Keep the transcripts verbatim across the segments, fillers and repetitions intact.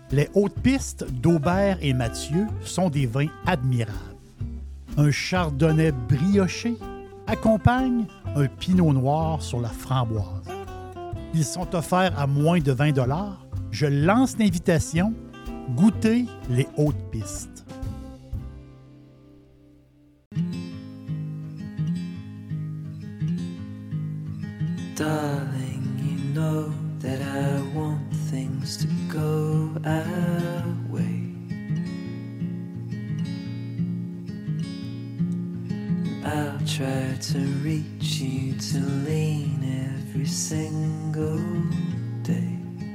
Les hautes pistes d'Aubert et Mathieu sont des vins admirables. Un chardonnay brioché accompagne un pinot noir sur la framboise. Ils sont offerts à moins de vingt dollars. Je lance l'invitation. Goûtez les hautes pistes. Darling, you know that I want things to go our way. I'll try to reach you to lean every single day.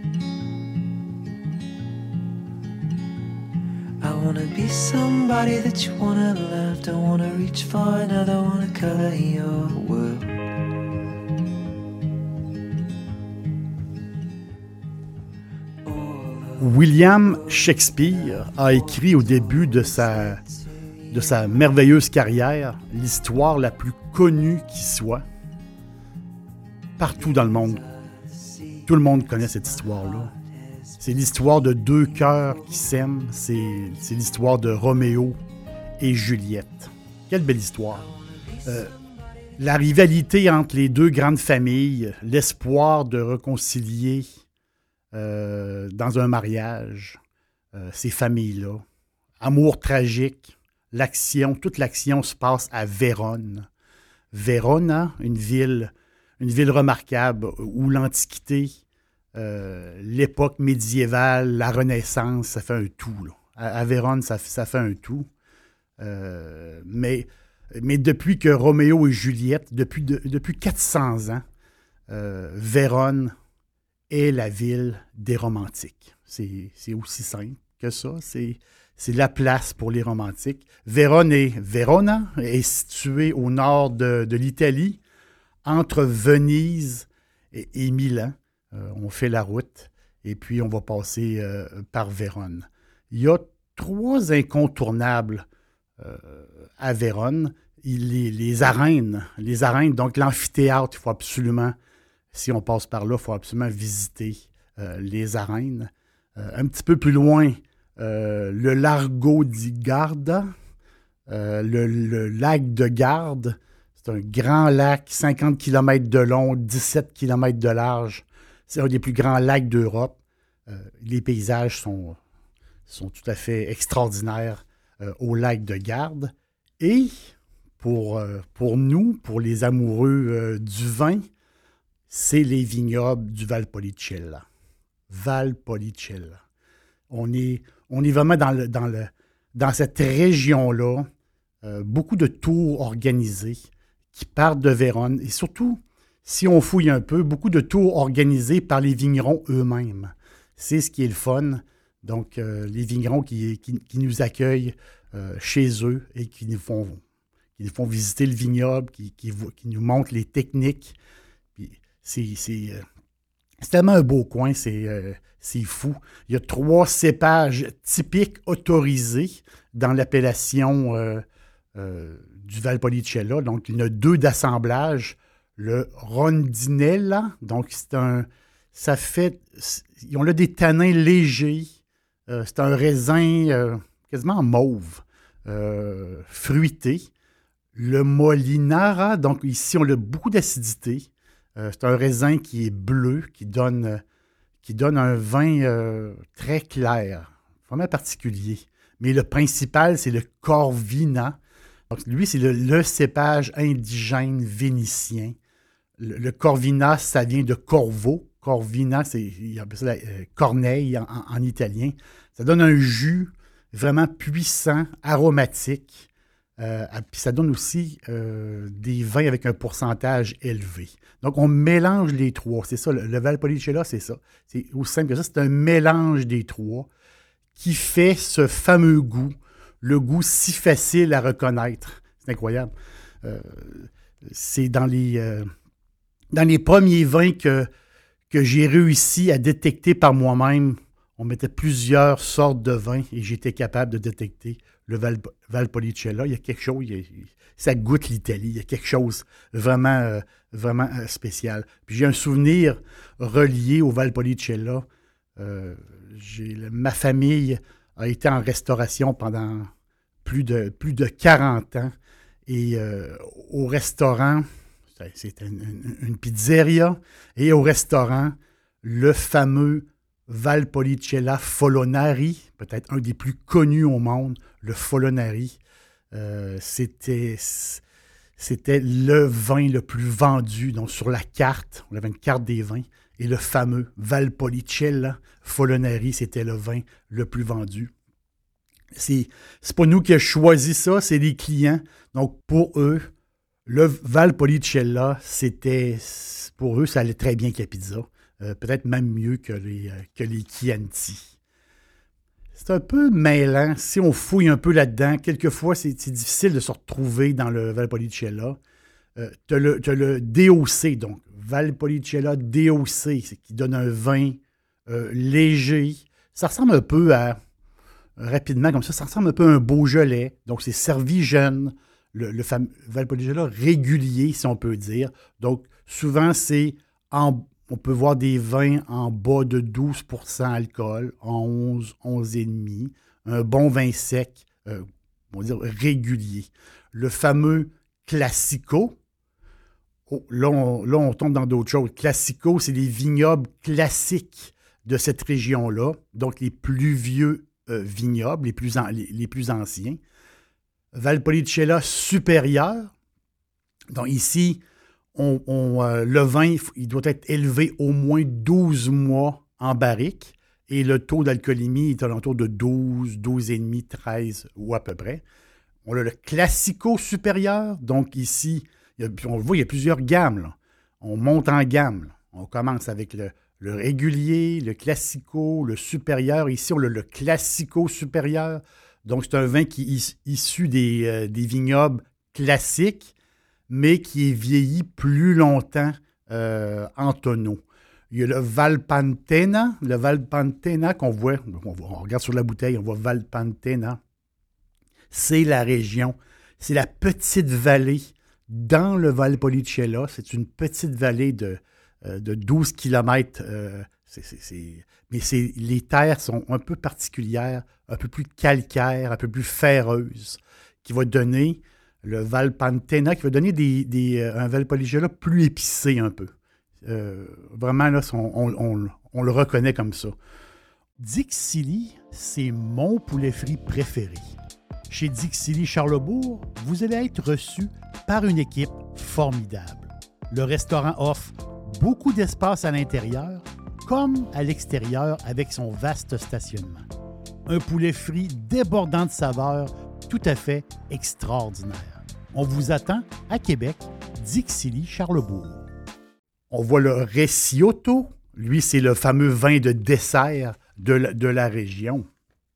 I wanna be somebody that you wanna love. Don't wanna reach for another, wanna color your world. William Shakespeare a écrit au début de sa, de sa merveilleuse carrière l'histoire la plus connue qui soit. Partout dans le monde, tout le monde connaît cette histoire-là. C'est l'histoire de deux cœurs qui s'aiment. C'est, c'est l'histoire de Roméo et Juliette. Quelle belle histoire. Euh, la rivalité entre les deux grandes familles, l'espoir de réconcilier euh, dans un mariage euh, ces familles-là. Amour tragique, l'action, toute l'action se passe à Vérone. Verona, une ville, une ville remarquable où l'Antiquité, Euh, l'époque médiévale, la Renaissance, ça fait un tout. Là. À, à Vérone, ça, ça fait un tout. Euh, mais, mais depuis que Roméo et Juliette, depuis, de, depuis quatre cents ans, euh, Vérone est la ville des romantiques. C'est, c'est aussi simple que ça. C'est, c'est la place pour les romantiques. Vérone est, Verona est située au nord de, de l'Italie, entre Venise et, et Milan. Euh, on fait la route et puis on va passer euh, par Vérone. Il y a trois incontournables euh, à Vérone. Il, les, les arènes, les arènes, donc l'amphithéâtre, il faut absolument, si on passe par là, il faut absolument visiter euh, les arènes. Euh, un petit peu plus loin, euh, le Largo di Garda, euh, le, le lac de Garde. C'est un grand lac, cinquante kilomètres de long, dix-sept kilomètres de large. C'est un des plus grands lacs d'Europe. Euh, les paysages sont, sont tout à fait extraordinaires euh, au lac de Garde. Et pour, euh, pour nous, pour les amoureux euh, du vin, c'est les vignobles du Valpolicella. Valpolicella. On est, on est vraiment dans, le, dans, le, dans cette région-là. Euh, beaucoup de tours organisés qui partent de Vérone. Et surtout, si on fouille un peu, beaucoup de tours organisés par les vignerons eux-mêmes. C'est ce qui est le fun. Donc, euh, les vignerons qui, qui, qui nous accueillent euh, chez eux et qui nous font, qui nous font visiter le vignoble, qui, qui, qui nous montrent les techniques. Puis c'est, c'est, euh, c'est tellement un beau coin, c'est, euh, c'est fou. Il y a trois cépages typiques autorisés dans l'appellation euh, euh, du Valpolicella. Donc, il y en a deux d'assemblage. Le Rondinella, donc c'est un, ça fait, ils ont là des tanins légers, euh, c'est un raisin euh, quasiment mauve, euh, fruité. Le Molinara, donc ici on a beaucoup d'acidité, euh, c'est un raisin qui est bleu, qui donne, qui donne un vin euh, très clair, vraiment particulier. Mais le principal, c'est le Corvina. Donc, lui, c'est le, le cépage indigène vénitien. Le, le Corvina, ça vient de Corvo. Corvina, c'est il appelle ça la, euh, corneille en, en, en italien. Ça donne un jus vraiment puissant, aromatique. Euh, puis ça donne aussi euh, des vins avec un pourcentage élevé. Donc, on mélange les trois. C'est ça, le, le Valpolicella, c'est ça. C'est aussi simple que ça. C'est un mélange des trois qui fait ce fameux goût, le goût si facile à reconnaître. C'est incroyable. Euh, c'est dans les... Euh, Dans les premiers vins que, que j'ai réussi à détecter par moi-même, on mettait plusieurs sortes de vins et j'étais capable de détecter le Val, Valpolicella. Il y a quelque chose, il y a, ça goûte l'Italie, il y a quelque chose vraiment, euh, vraiment euh, spécial. Puis j'ai un souvenir relié au Valpolicella Euh, j'ai, ma famille a été en restauration pendant plus de, plus de quarante ans. Et euh, au restaurant, c'était une, une, une pizzeria, et au restaurant, le fameux Valpolicella Folonari, peut-être un des plus connus au monde, le Folonari, euh, c'était, c'était le vin le plus vendu. Donc, sur la carte, on avait une carte des vins, et le fameux Valpolicella Folonari, c'était le vin le plus vendu. C'est, c'est pas nous qui avons choisi ça, c'est les clients. Donc, pour eux, le Valpolicella, c'était, pour eux, ça allait très bien qu'à pizza. Euh, peut-être même mieux que les, euh, que les Chianti. C'est un peu mêlant. Si on fouille un peu là-dedans, quelquefois, c'est, c'est difficile de se retrouver dans le Valpolicella. Euh, tu as le, t'as le D O C, donc Valpolicella D O C, c'est qui donne un vin euh, léger. Ça ressemble un peu à, rapidement comme ça, ça ressemble un peu à un Beaujolais. Donc, c'est servi jeune. Le, le fameux Valpolicella régulier, si on peut dire. Donc, souvent, c'est en, on peut voir des vins en bas de douze pour cent alcool, en onze, onze virgule cinq. Un bon vin sec, euh, on va dire régulier. Le fameux Classico. Oh, là, on, là, on tombe dans d'autres choses. Classico, c'est les vignobles classiques de cette région-là. Donc, les plus vieux euh, vignobles, les plus, en, les, les plus anciens. Valpolicella supérieur. Donc ici, on, on, euh, le vin, il doit être élevé au moins douze mois en barrique et le taux d'alcoolémie est alentour de douze, douze virgule cinq, treize ou à peu près. On a le Classico supérieur. Donc ici, il y a, on le voit, il y a plusieurs gammes. Là. On monte en gamme. Là. On commence avec le, le régulier, le Classico, le supérieur. Ici, on a le Classico supérieur. Donc, c'est un vin qui est issu des, euh, des vignobles classiques, mais qui est vieilli plus longtemps euh, en tonneau. Il y a le Valpantena, le Valpantena qu'on voit, on, voit, on regarde sur la bouteille, on voit Valpantena. C'est la région, c'est la petite vallée dans le Valpolicella. C'est une petite vallée de, euh, de douze kilomètres. Euh, c'est, c'est, c'est, mais c'est, les terres sont un peu particulières, un peu plus calcaires, un peu plus ferreuses, qui va donner le Valpantena, qui va donner des, des, un Valpolicella plus épicé un peu. Euh, vraiment, là, on, on, on, on le reconnaît comme ça. Dixilly, c'est mon poulet frit préféré. Chez Dixilly Charlesbourg, vous allez être reçu par une équipe formidable. Le restaurant offre beaucoup d'espace à l'intérieur comme à l'extérieur avec son vaste stationnement. Un poulet frit débordant de saveurs, tout à fait extraordinaire. On vous attend à Québec, Dixilly Charlesbourg. On voit le Recioto. Lui, c'est le fameux vin de dessert de la, de la région.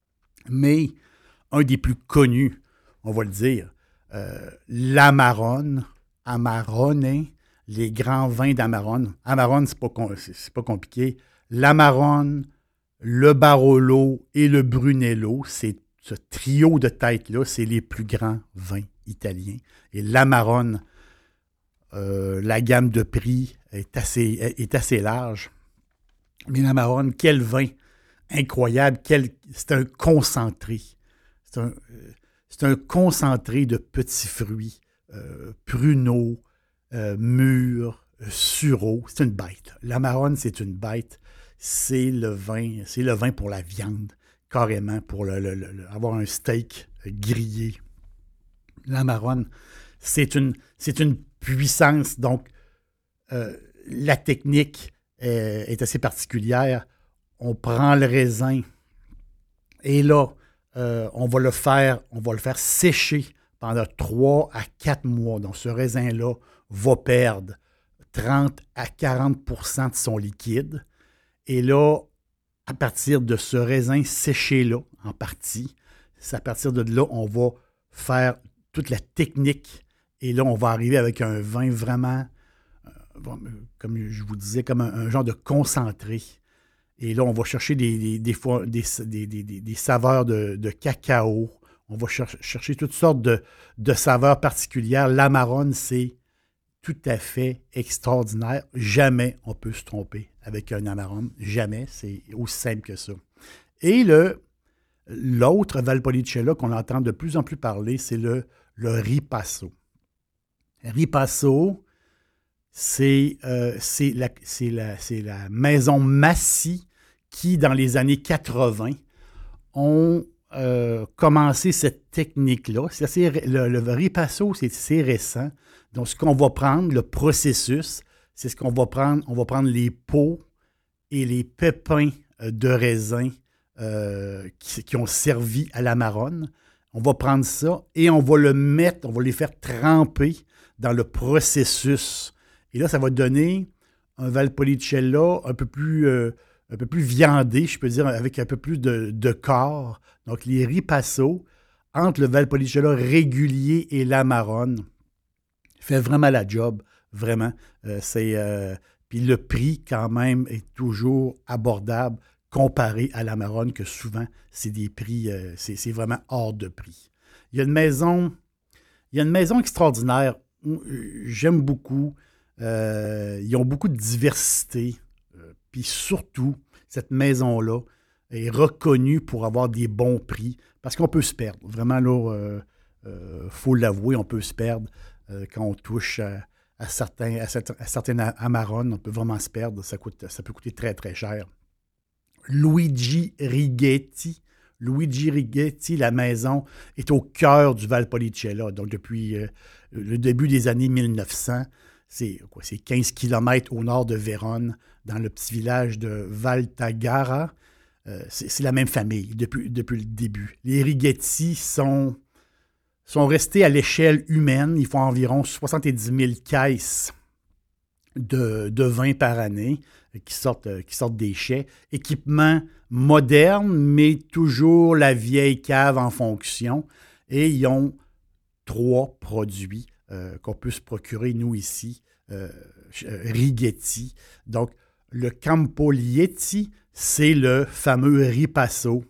Mais un des plus connus, on va le dire, euh, l'Amarone, Amarone, les grands vins d'Amarone. Amarone, c'est pas, c'est, c'est pas compliqué. L'Amarone, le Barolo et le Brunello, c'est ce trio de têtes-là, c'est les plus grands vins italiens. Et l'Amarone, euh, la gamme de prix est assez, est assez large. Mais l'Amarone, quel vin incroyable, quel, c'est un concentré. C'est un, c'est un concentré de petits fruits, euh, pruneaux, euh, mûrs, euh, sureaux. C'est une bête. L'Amarone, c'est une bête. C'est le vin, c'est le vin pour la viande, carrément, pour le, le, le, avoir un steak grillé. L'Amarone, c'est une, c'est une puissance. Donc, euh, la technique euh, est assez particulière. On prend le raisin et là, euh, on va le faire, on va le faire sécher pendant trois à quatre mois. Donc, ce raisin-là va perdre trente à quarante pour cent de son liquide. Et là, à partir de ce raisin séché-là, en partie, c'est à partir de là, on va faire toute la technique. Et là, on va arriver avec un vin vraiment, euh, comme je vous disais, comme un, un genre de concentré. Et là, on va chercher des, des, des, fois, des, des, des, des saveurs de, de cacao. On va cher- chercher toutes sortes de, de saveurs particulières. L'Amarone, c'est tout à fait extraordinaire. Jamais on peut se tromper avec un amarone. Jamais. C'est aussi simple que ça. Et le, l'autre Valpolicella qu'on entend de plus en plus parler, c'est le, le ripasso. Ripasso, c'est, euh, c'est, la, c'est, la, c'est la maison Massy qui, dans les années quatre-vingt, ont euh, commencé cette technique-là. C'est assez, le, le ripasso, c'est assez récent. Donc, ce qu'on va prendre, le processus, c'est ce qu'on va prendre. On va prendre les peaux et les pépins de raisin euh, qui, qui ont servi à l'amarone. On va prendre ça et on va le mettre, on va les faire tremper dans le processus. Et là, ça va donner un Valpolicella un peu plus, euh, un peu plus viandé, je peux dire, avec un peu plus de, de corps. Donc, les ripasso, entre le Valpolicella régulier et l'amarone, fait vraiment la job, vraiment. Euh, c'est, euh, puis le prix, quand même, est toujours abordable comparé à l'amarone, que souvent, c'est des prix, euh, c'est, c'est vraiment hors de prix. Il y a une maison, il y a une maison extraordinaire. J'aime beaucoup. Euh, ils ont beaucoup de diversité. Euh, puis surtout, cette maison-là est reconnue pour avoir des bons prix. Parce qu'on peut se perdre. Vraiment, là, il euh, euh, faut l'avouer, on peut se perdre euh, quand on touche à, à certains, à, certains, à certaines amarones. On peut vraiment se perdre. Ça, coûte, ça peut coûter très, très cher. Luigi Righetti. Luigi Righetti, la maison, est au cœur du Valpolicella. Donc, depuis euh, le début des années mille neuf cents, c'est, quoi, c'est quinze kilomètres au nord de Vérone, dans le petit village de Valtagara. Euh, c'est, c'est la même famille depuis, depuis le début. Les Righetti sont, sont restés à l'échelle humaine. Ils font environ soixante-dix mille caisses de, de vin par année qui sortent, qui sortent des chais. Équipement moderne, mais toujours la vieille cave en fonction. Et ils ont trois produits euh, qu'on peut se procurer, nous, ici, euh, Righetti. Donc, le Campolietti, c'est le fameux ripasso.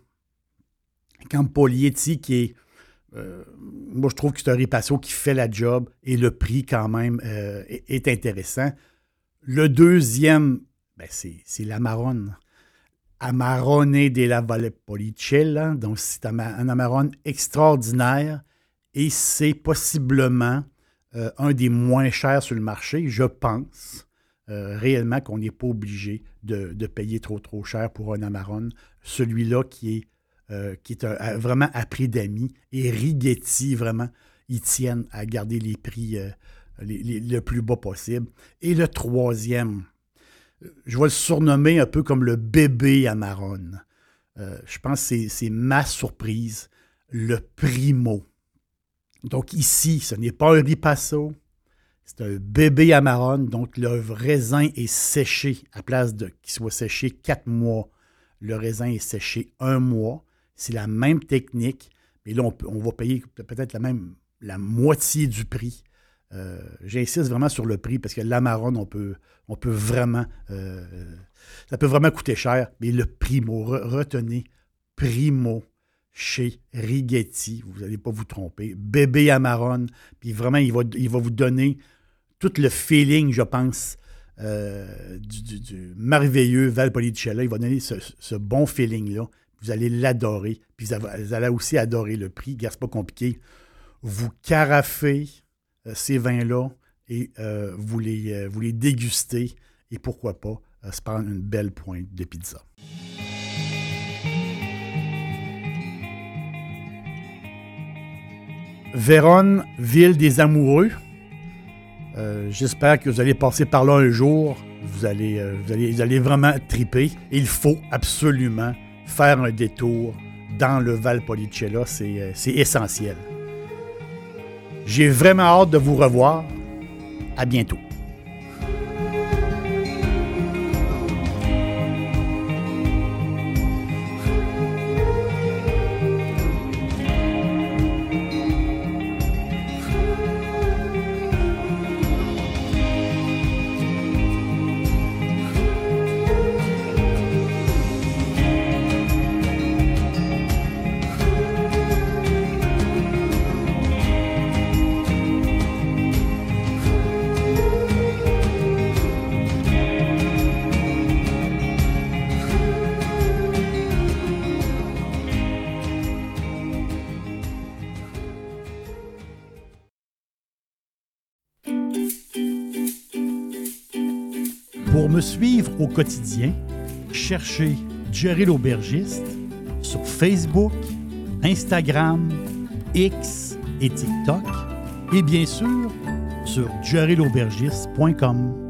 Campolietti qui est, euh, moi, je trouve que c'est un ripasso qui fait la job et le prix, quand même, euh, est, est intéressant. Le deuxième, ben, c'est, c'est l'amarone. Amarone della Valpolicella, donc c'est un amarone extraordinaire et c'est possiblement euh, un des moins chers sur le marché, je pense euh, réellement qu'on n'est pas obligé de, de payer trop trop cher pour un amarone. Celui-là qui est, euh, qui est un, vraiment à prix d'amis et Righetti, vraiment, ils tiennent à garder les prix euh, les, les, le plus bas possible. Et le troisième, je vais le surnommer un peu comme le bébé amarone. Euh, je pense que c'est, c'est ma surprise, le Primo. Donc ici, ce n'est pas un ripasso, c'est un bébé amarone. Donc le raisin est séché, à place de qu'il soit séché quatre mois, le raisin est séché un mois. C'est la même technique, mais là, on, peut, on va payer peut-être la, même, la moitié du prix. Euh, j'insiste vraiment sur le prix parce que l'amarone, on peut, on peut vraiment, euh, ça peut vraiment coûter cher, mais le Primo, re, retenez, Primo chez Righetti, vous n'allez pas vous tromper, bébé amarone, puis vraiment, il va, il va vous donner tout le feeling, je pense, euh, du, du, du merveilleux Valpolicella. Il va donner ce, ce bon feeling-là, vous allez l'adorer, puis vous allez aussi adorer le prix, car c'est pas compliqué. Vous carafez ces vins-là et euh, vous, les, euh, vous les dégustez et pourquoi pas euh, se prendre une belle pointe de pizza. Vérone, ville des amoureux. Euh, j'espère que vous allez passer par là un jour. Vous allez, euh, vous allez, vous allez vraiment triper. Il faut absolument faire un détour dans le Valpolicella. C'est, euh, c'est essentiel. J'ai vraiment hâte de vous revoir. À bientôt. Pour me suivre au quotidien, cherchez Jerry l'Aubergiste sur Facebook, Instagram, X et TikTok et bien sûr sur jerry l'aubergiste point com.